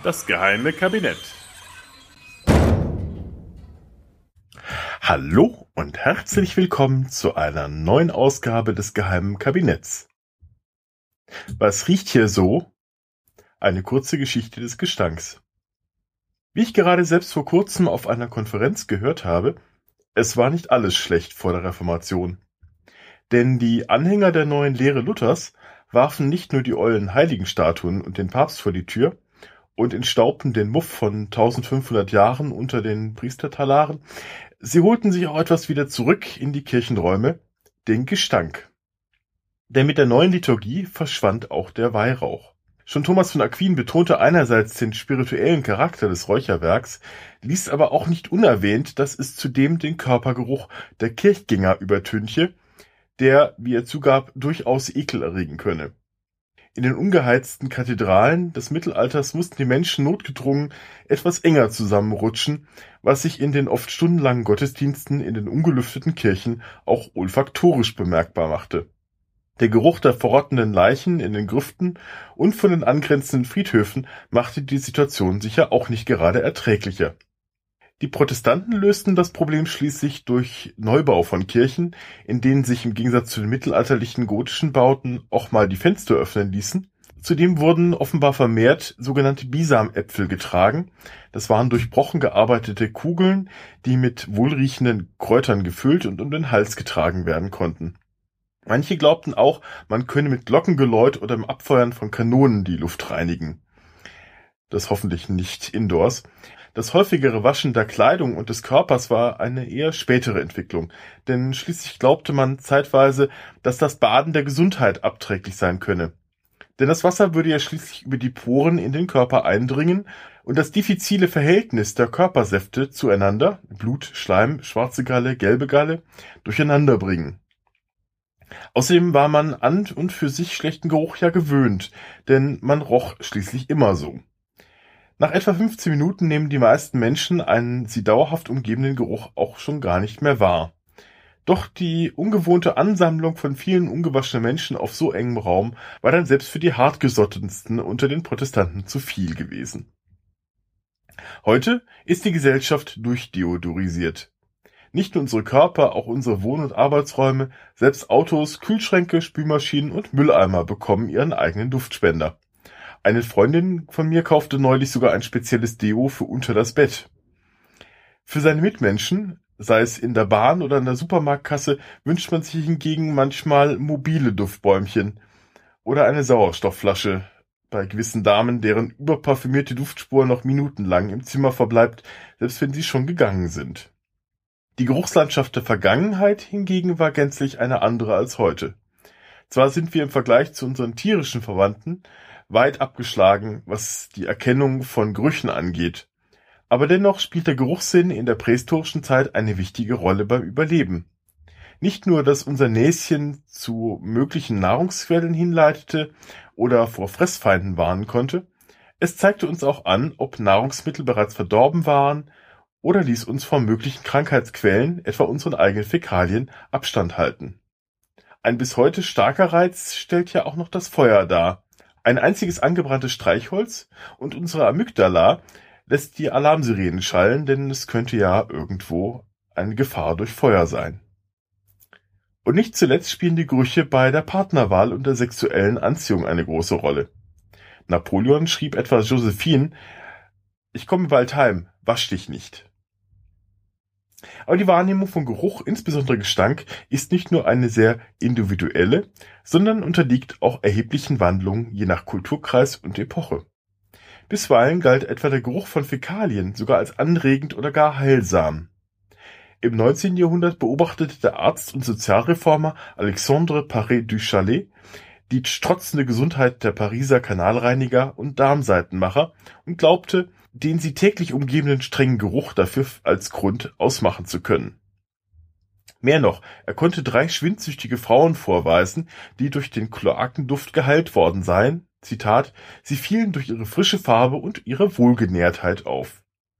Das geheime Kabinett. Hallo und herzlich willkommen zu einer neuen Ausgabe des geheimen Kabinetts. Was riecht hier so? Eine kurze Geschichte des Gestanks. Wie ich gerade selbst vor kurzem auf einer Konferenz gehört habe, es war nicht alles schlecht vor der Reformation. Denn die Anhänger der neuen Lehre Luthers warfen nicht nur die ollen Heiligenstatuen und den Papst vor die Tür und entstaubten den Muff von 1500 Jahren unter den Priestertalaren, sie holten sich auch etwas wieder zurück in die Kirchenräume, den Gestank. Denn mit der neuen Liturgie verschwand auch der Weihrauch. Schon Thomas von Aquin betonte einerseits den spirituellen Charakter des Räucherwerks, ließ aber auch nicht unerwähnt, dass es zudem den Körpergeruch der Kirchgänger übertünche, der, wie er zugab, durchaus Ekel erregen könne. In den ungeheizten Kathedralen des Mittelalters mussten die Menschen notgedrungen etwas enger zusammenrutschen, was sich in den oft stundenlangen Gottesdiensten in den ungelüfteten Kirchen auch olfaktorisch bemerkbar machte. Der Geruch der verrottenden Leichen in den Grüften und von den angrenzenden Friedhöfen machte die Situation sicher auch nicht gerade erträglicher. Die Protestanten lösten das Problem schließlich durch Neubau von Kirchen, in denen sich im Gegensatz zu den mittelalterlichen gotischen Bauten auch mal die Fenster öffnen ließen. Zudem wurden offenbar vermehrt sogenannte Bisamäpfel getragen. Das waren durchbrochen gearbeitete Kugeln, die mit wohlriechenden Kräutern gefüllt und um den Hals getragen werden konnten. Manche glaubten auch, man könne mit Glockengeläut oder im Abfeuern von Kanonen die Luft reinigen. Das hoffentlich nicht indoors. Das häufigere Waschen der Kleidung und des Körpers war eine eher spätere Entwicklung, denn schließlich glaubte man zeitweise, dass das Baden der Gesundheit abträglich sein könne. Denn das Wasser würde ja schließlich über die Poren in den Körper eindringen und das diffizile Verhältnis der Körpersäfte zueinander, Blut, Schleim, schwarze Galle, gelbe Galle, durcheinander bringen. Außerdem war man an und für sich schlechten Geruch ja gewöhnt, denn man roch schließlich immer so. Nach etwa 15 Minuten nehmen die meisten Menschen einen sie dauerhaft umgebenden Geruch auch schon gar nicht mehr wahr. Doch die ungewohnte Ansammlung von vielen ungewaschenen Menschen auf so engem Raum war dann selbst für die hartgesottensten unter den Protestanten zu viel gewesen. Heute ist die Gesellschaft durchdeodorisiert. Nicht nur unsere Körper, auch unsere Wohn- und Arbeitsräume, selbst Autos, Kühlschränke, Spülmaschinen und Mülleimer bekommen ihren eigenen Duftspender. Eine Freundin von mir kaufte neulich sogar ein spezielles Deo für unter das Bett. Für seine Mitmenschen, sei es in der Bahn oder in der Supermarktkasse, wünscht man sich hingegen manchmal mobile Duftbäumchen oder eine Sauerstoffflasche. Bei gewissen Damen, deren überparfümierte Duftspur noch minutenlang im Zimmer verbleibt, selbst wenn sie schon gegangen sind. Die Geruchslandschaft der Vergangenheit hingegen war gänzlich eine andere als heute. Zwar sind wir im Vergleich zu unseren tierischen Verwandten weit abgeschlagen, was die Erkennung von Gerüchen angeht. Aber dennoch spielt der Geruchssinn in der prähistorischen Zeit eine wichtige Rolle beim Überleben. Nicht nur, dass unser Näschen zu möglichen Nahrungsquellen hinleitete oder vor Fressfeinden warnen konnte, es zeigte uns auch an, ob Nahrungsmittel bereits verdorben waren oder ließ uns vor möglichen Krankheitsquellen, etwa unseren eigenen Fäkalien, Abstand halten. Ein bis heute starker Reiz stellt ja auch noch das Feuer dar. Ein einziges angebranntes Streichholz und unsere Amygdala lässt die Alarmsirenen schallen, denn es könnte ja irgendwo eine Gefahr durch Feuer sein. Und nicht zuletzt spielen die Gerüche bei der Partnerwahl und der sexuellen Anziehung eine große Rolle. Napoleon schrieb etwa Josephine: Ich komme bald heim, wasch dich nicht. Aber die Wahrnehmung von Geruch, insbesondere Gestank, ist nicht nur eine sehr individuelle, sondern unterliegt auch erheblichen Wandlungen je nach Kulturkreis und Epoche. Bisweilen galt etwa der Geruch von Fäkalien sogar als anregend oder gar heilsam. Im 19. Jahrhundert beobachtete der Arzt und Sozialreformer Alexandre Paré du Chaillet die strotzende Gesundheit der Pariser Kanalreiniger und Darmseitenmacher und glaubte, den sie täglich umgebenden strengen Geruch dafür als Grund ausmachen zu können. Mehr noch, er konnte 3 schwindsüchtige Frauen vorweisen, die durch den Kloakenduft geheilt worden seien. Zitat: Sie fielen durch ihre frische Farbe und ihre Wohlgenährtheit auf.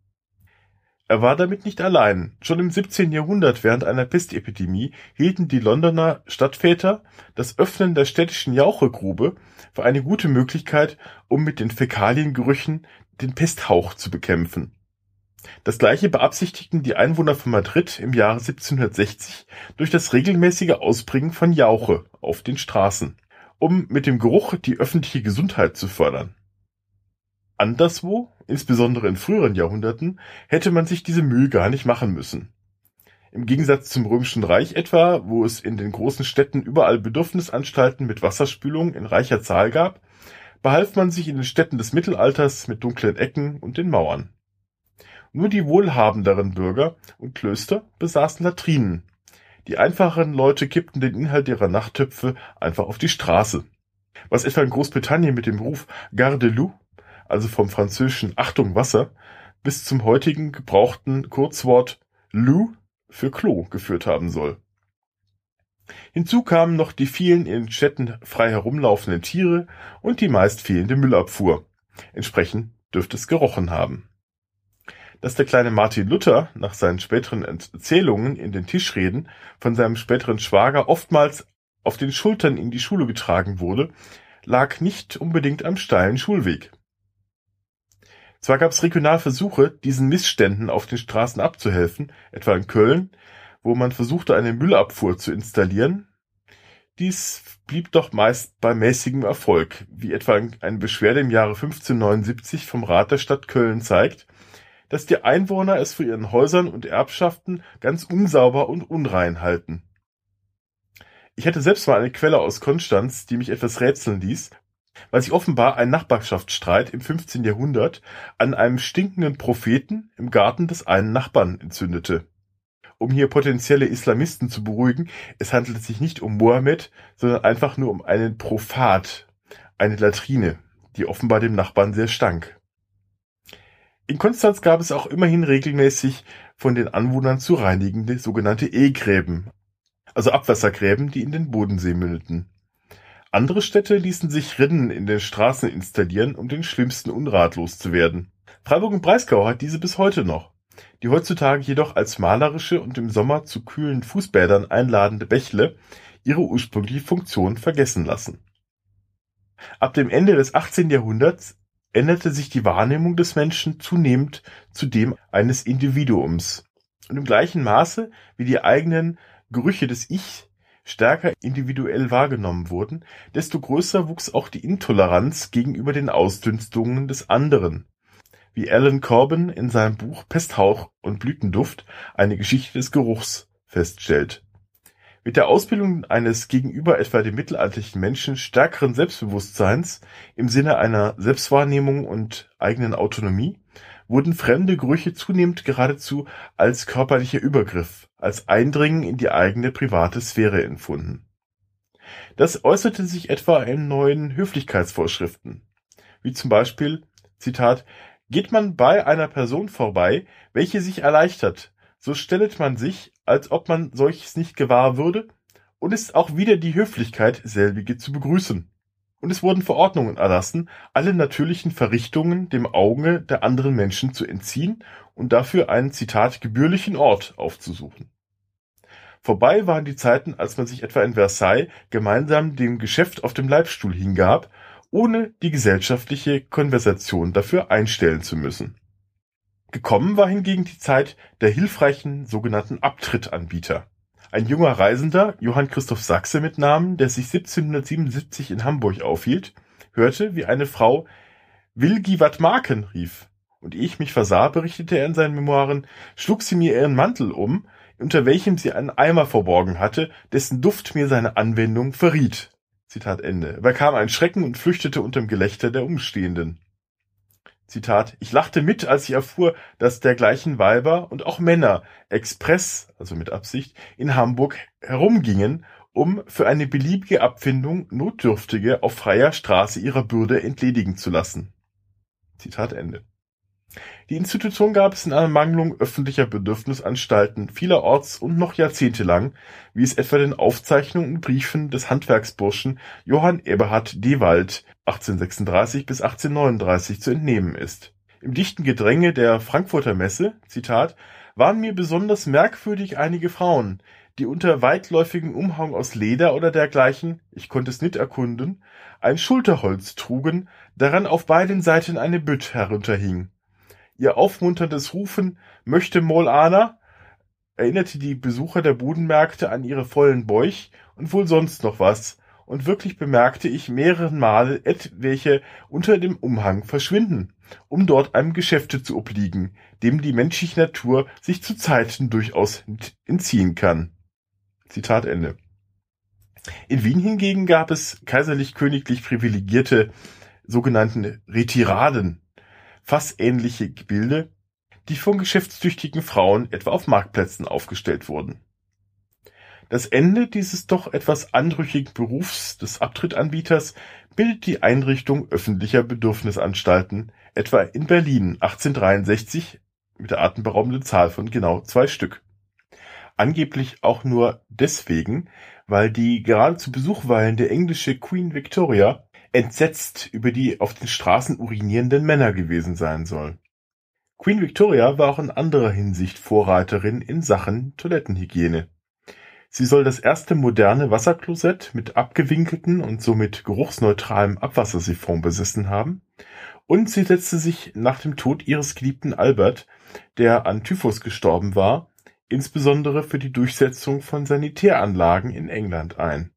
Er war damit nicht allein. Schon im 17. Jahrhundert während einer Pestepidemie hielten die Londoner Stadtväter das Öffnen der städtischen Jauchegrube für eine gute Möglichkeit, um mit den Fäkaliengerüchen den Pesthauch zu bekämpfen. Das Gleiche beabsichtigten die Einwohner von Madrid im Jahre 1760 durch das regelmäßige Ausbringen von Jauche auf den Straßen, um mit dem Geruch die öffentliche Gesundheit zu fördern. Anderswo, insbesondere in früheren Jahrhunderten, hätte man sich diese Mühe gar nicht machen müssen. Im Gegensatz zum Römischen Reich etwa, wo es in den großen Städten überall Bedürfnisanstalten mit Wasserspülung in reicher Zahl gab, behalf man sich in den Städten des Mittelalters mit dunklen Ecken und den Mauern. Nur die wohlhabenderen Bürger und Klöster besaßen Latrinen. Die einfacheren Leute kippten den Inhalt ihrer Nachttöpfe einfach auf die Straße. Was etwa in Großbritannien mit dem Ruf Gare de l'eau, also vom französischen Achtung Wasser, bis zum heutigen gebrauchten Kurzwort Lou für Klo geführt haben soll. Hinzu kamen noch die vielen in den Städten frei herumlaufenden Tiere und die meist fehlende Müllabfuhr. Entsprechend dürfte es gerochen haben. Dass der kleine Martin Luther nach seinen späteren Erzählungen in den Tischreden von seinem späteren Schwager oftmals auf den Schultern in die Schule getragen wurde, lag nicht unbedingt am steilen Schulweg. Zwar gab es regional Versuche, diesen Missständen auf den Straßen abzuhelfen, etwa in Köln, wo man versuchte, eine Müllabfuhr zu installieren. Dies blieb doch meist bei mäßigem Erfolg, wie etwa eine Beschwerde im Jahre 1579 vom Rat der Stadt Köln zeigt, dass die Einwohner es für ihren Häusern und Erbschaften ganz unsauber und unrein halten. Ich hatte selbst mal eine Quelle aus Konstanz, die mich etwas rätseln ließ, weil sich offenbar ein Nachbarschaftsstreit im 15. Jahrhundert an einem stinkenden Propheten im Garten des einen Nachbarn entzündete. Um hier potenzielle Islamisten zu beruhigen, es handelte sich nicht um Mohammed, sondern einfach nur um einen Prophat, eine Latrine, die offenbar dem Nachbarn sehr stank. In Konstanz gab es auch immerhin regelmäßig von den Anwohnern zu reinigende sogenannte E-Gräben, also Abwassergräben, die in den Bodensee mündeten. Andere Städte ließen sich Rinnen in den Straßen installieren, um den schlimmsten Unrat loszuwerden. Freiburg im Breisgau hat diese bis heute noch, die heutzutage jedoch als malerische und im Sommer zu kühlen Fußbädern einladende Bächle ihre ursprüngliche Funktion vergessen lassen. Ab dem Ende des 18. Jahrhunderts änderte sich die Wahrnehmung des Menschen zunehmend zu dem eines Individuums. Und im gleichen Maße, wie die eigenen Gerüche des Ich stärker individuell wahrgenommen wurden, desto größer wuchs auch die Intoleranz gegenüber den Ausdünstungen des anderen, wie Alan Corbin in seinem Buch Pesthauch und Blütenduft, eine Geschichte des Geruchs, feststellt. Mit der Ausbildung eines gegenüber etwa dem mittelalterlichen Menschen stärkeren Selbstbewusstseins im Sinne einer Selbstwahrnehmung und eigenen Autonomie wurden fremde Gerüche zunehmend geradezu als körperlicher Übergriff, als Eindringen in die eigene private Sphäre empfunden. Das äußerte sich etwa in neuen Höflichkeitsvorschriften, wie zum Beispiel, Zitat, geht man bei einer Person vorbei, welche sich erleichtert, so stellet man sich, als ob man solches nicht gewahr würde, und ist auch wieder die Höflichkeit, selbige zu begrüßen. Und es wurden Verordnungen erlassen, alle natürlichen Verrichtungen dem Auge der anderen Menschen zu entziehen und dafür einen, Zitat, gebührlichen Ort aufzusuchen. Vorbei waren die Zeiten, als man sich etwa in Versailles gemeinsam dem Geschäft auf dem Leibstuhl hingab, ohne die gesellschaftliche Konversation dafür einstellen zu müssen. Gekommen war hingegen die Zeit der hilfreichen sogenannten Abtrittanbieter. Ein junger Reisender, Johann Christoph Sachse mit Namen, der sich 1777 in Hamburg aufhielt, hörte, wie eine Frau »Wilgi wat maken« rief. Und ehe ich mich versah, berichtete er in seinen Memoiren, schlug sie mir ihren Mantel um, unter welchem sie einen Eimer verborgen hatte, dessen Duft mir seine Anwendung verriet. Zitat Ende. Er bekam einen Schrecken und flüchtete unterm Gelächter der Umstehenden. Zitat, ich lachte mit, als ich erfuhr, dass dergleichen Weiber und auch Männer express, also mit Absicht, in Hamburg herumgingen, um für eine beliebige Abfindung Notdürftige auf freier Straße ihrer Bürde entledigen zu lassen. Zitat Ende. Die Institution gab es in Ermangelung öffentlicher Bedürfnisanstalten vielerorts und noch jahrzehntelang, wie es etwa den Aufzeichnungen und Briefen des Handwerksburschen Johann Eberhard Dewald 1836 bis 1839 zu entnehmen ist. Im dichten Gedränge der Frankfurter Messe, Zitat, waren mir besonders merkwürdig einige Frauen, die unter weitläufigem Umhang aus Leder oder dergleichen, ich konnte es nicht erkunden, ein Schulterholz trugen, daran auf beiden Seiten eine Bütt herunterhing. Ihr aufmunterndes Rufen »Möchte Mol Ana« erinnerte die Besucher der Budenmärkte an ihre vollen Bäuch und wohl sonst noch was, und wirklich bemerkte ich mehreren Male etwelche unter dem Umhang verschwinden, um dort einem Geschäfte zu obliegen, dem die menschliche Natur sich zu Zeiten durchaus entziehen kann. Zitat Ende. In Wien hingegen gab es kaiserlich-königlich privilegierte sogenannten Retiraden, fassähnliche Gebilde, die von geschäftstüchtigen Frauen etwa auf Marktplätzen aufgestellt wurden. Das Ende dieses doch etwas anrüchigen Berufs des Abtrittanbieters bildet die Einrichtung öffentlicher Bedürfnisanstalten, etwa in Berlin 1863 mit der atemberaubenden Zahl von genau 2 Stück. Angeblich auch nur deswegen, weil die gerade zu Besuch weilende englische Queen Victoria entsetzt über die auf den Straßen urinierenden Männer gewesen sein soll. Queen Victoria war auch in anderer Hinsicht Vorreiterin in Sachen Toilettenhygiene. Sie soll das erste moderne Wasserklosett mit abgewinkelten und somit geruchsneutralem Abwassersiphon besessen haben, und sie setzte sich nach dem Tod ihres geliebten Albert, der an Typhus gestorben war, insbesondere für die Durchsetzung von Sanitäranlagen in England ein.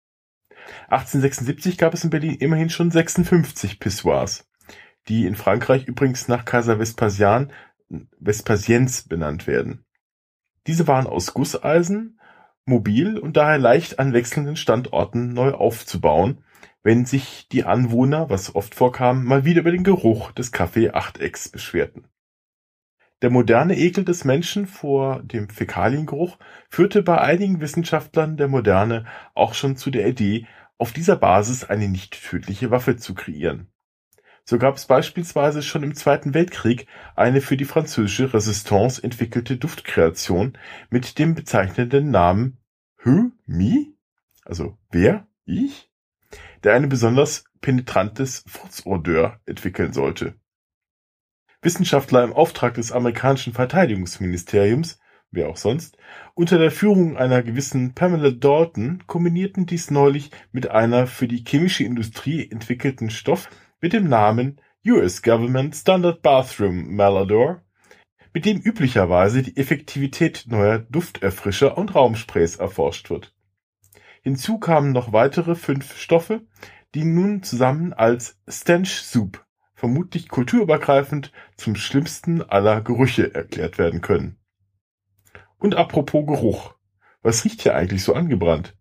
1876 gab es in Berlin immerhin schon 56 Pissoirs, die in Frankreich übrigens nach Kaiser Vespasiens benannt werden. Diese waren aus Gusseisen, mobil und daher leicht an wechselnden Standorten neu aufzubauen, wenn sich die Anwohner, was oft vorkam, mal wieder über den Geruch des Kaffee-Achtecks beschwerten. Der moderne Ekel des Menschen vor dem Fäkaliengeruch führte bei einigen Wissenschaftlern der Moderne auch schon zu der Idee, auf dieser Basis eine nicht tödliche Waffe zu kreieren. So gab es beispielsweise schon im Zweiten Weltkrieg eine für die französische Resistance entwickelte Duftkreation mit dem bezeichnenden Namen Who? Me? Also wer? Ich? Der eine besonders penetrantes Furzodeur entwickeln sollte. Wissenschaftler im Auftrag des amerikanischen Verteidigungsministeriums, wer auch sonst, unter der Führung einer gewissen Pamela Dalton kombinierten dies neulich mit einer für die chemische Industrie entwickelten Stoff mit dem Namen US Government Standard Bathroom Malador, mit dem üblicherweise die Effektivität neuer Dufterfrischer und Raumsprays erforscht wird. Hinzu kamen noch weitere 5 Stoffe, die nun zusammen als Stench Soup, vermutlich kulturübergreifend, zum schlimmsten aller Gerüche erklärt werden können. Und apropos Geruch, was riecht hier eigentlich so angebrannt?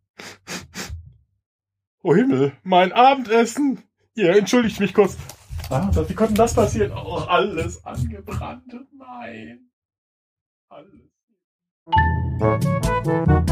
Oh Himmel, mein Abendessen! Ihr entschuldigt mich kurz. Wie konnte das passieren? Oh, alles angebrannt. Nein. Alles.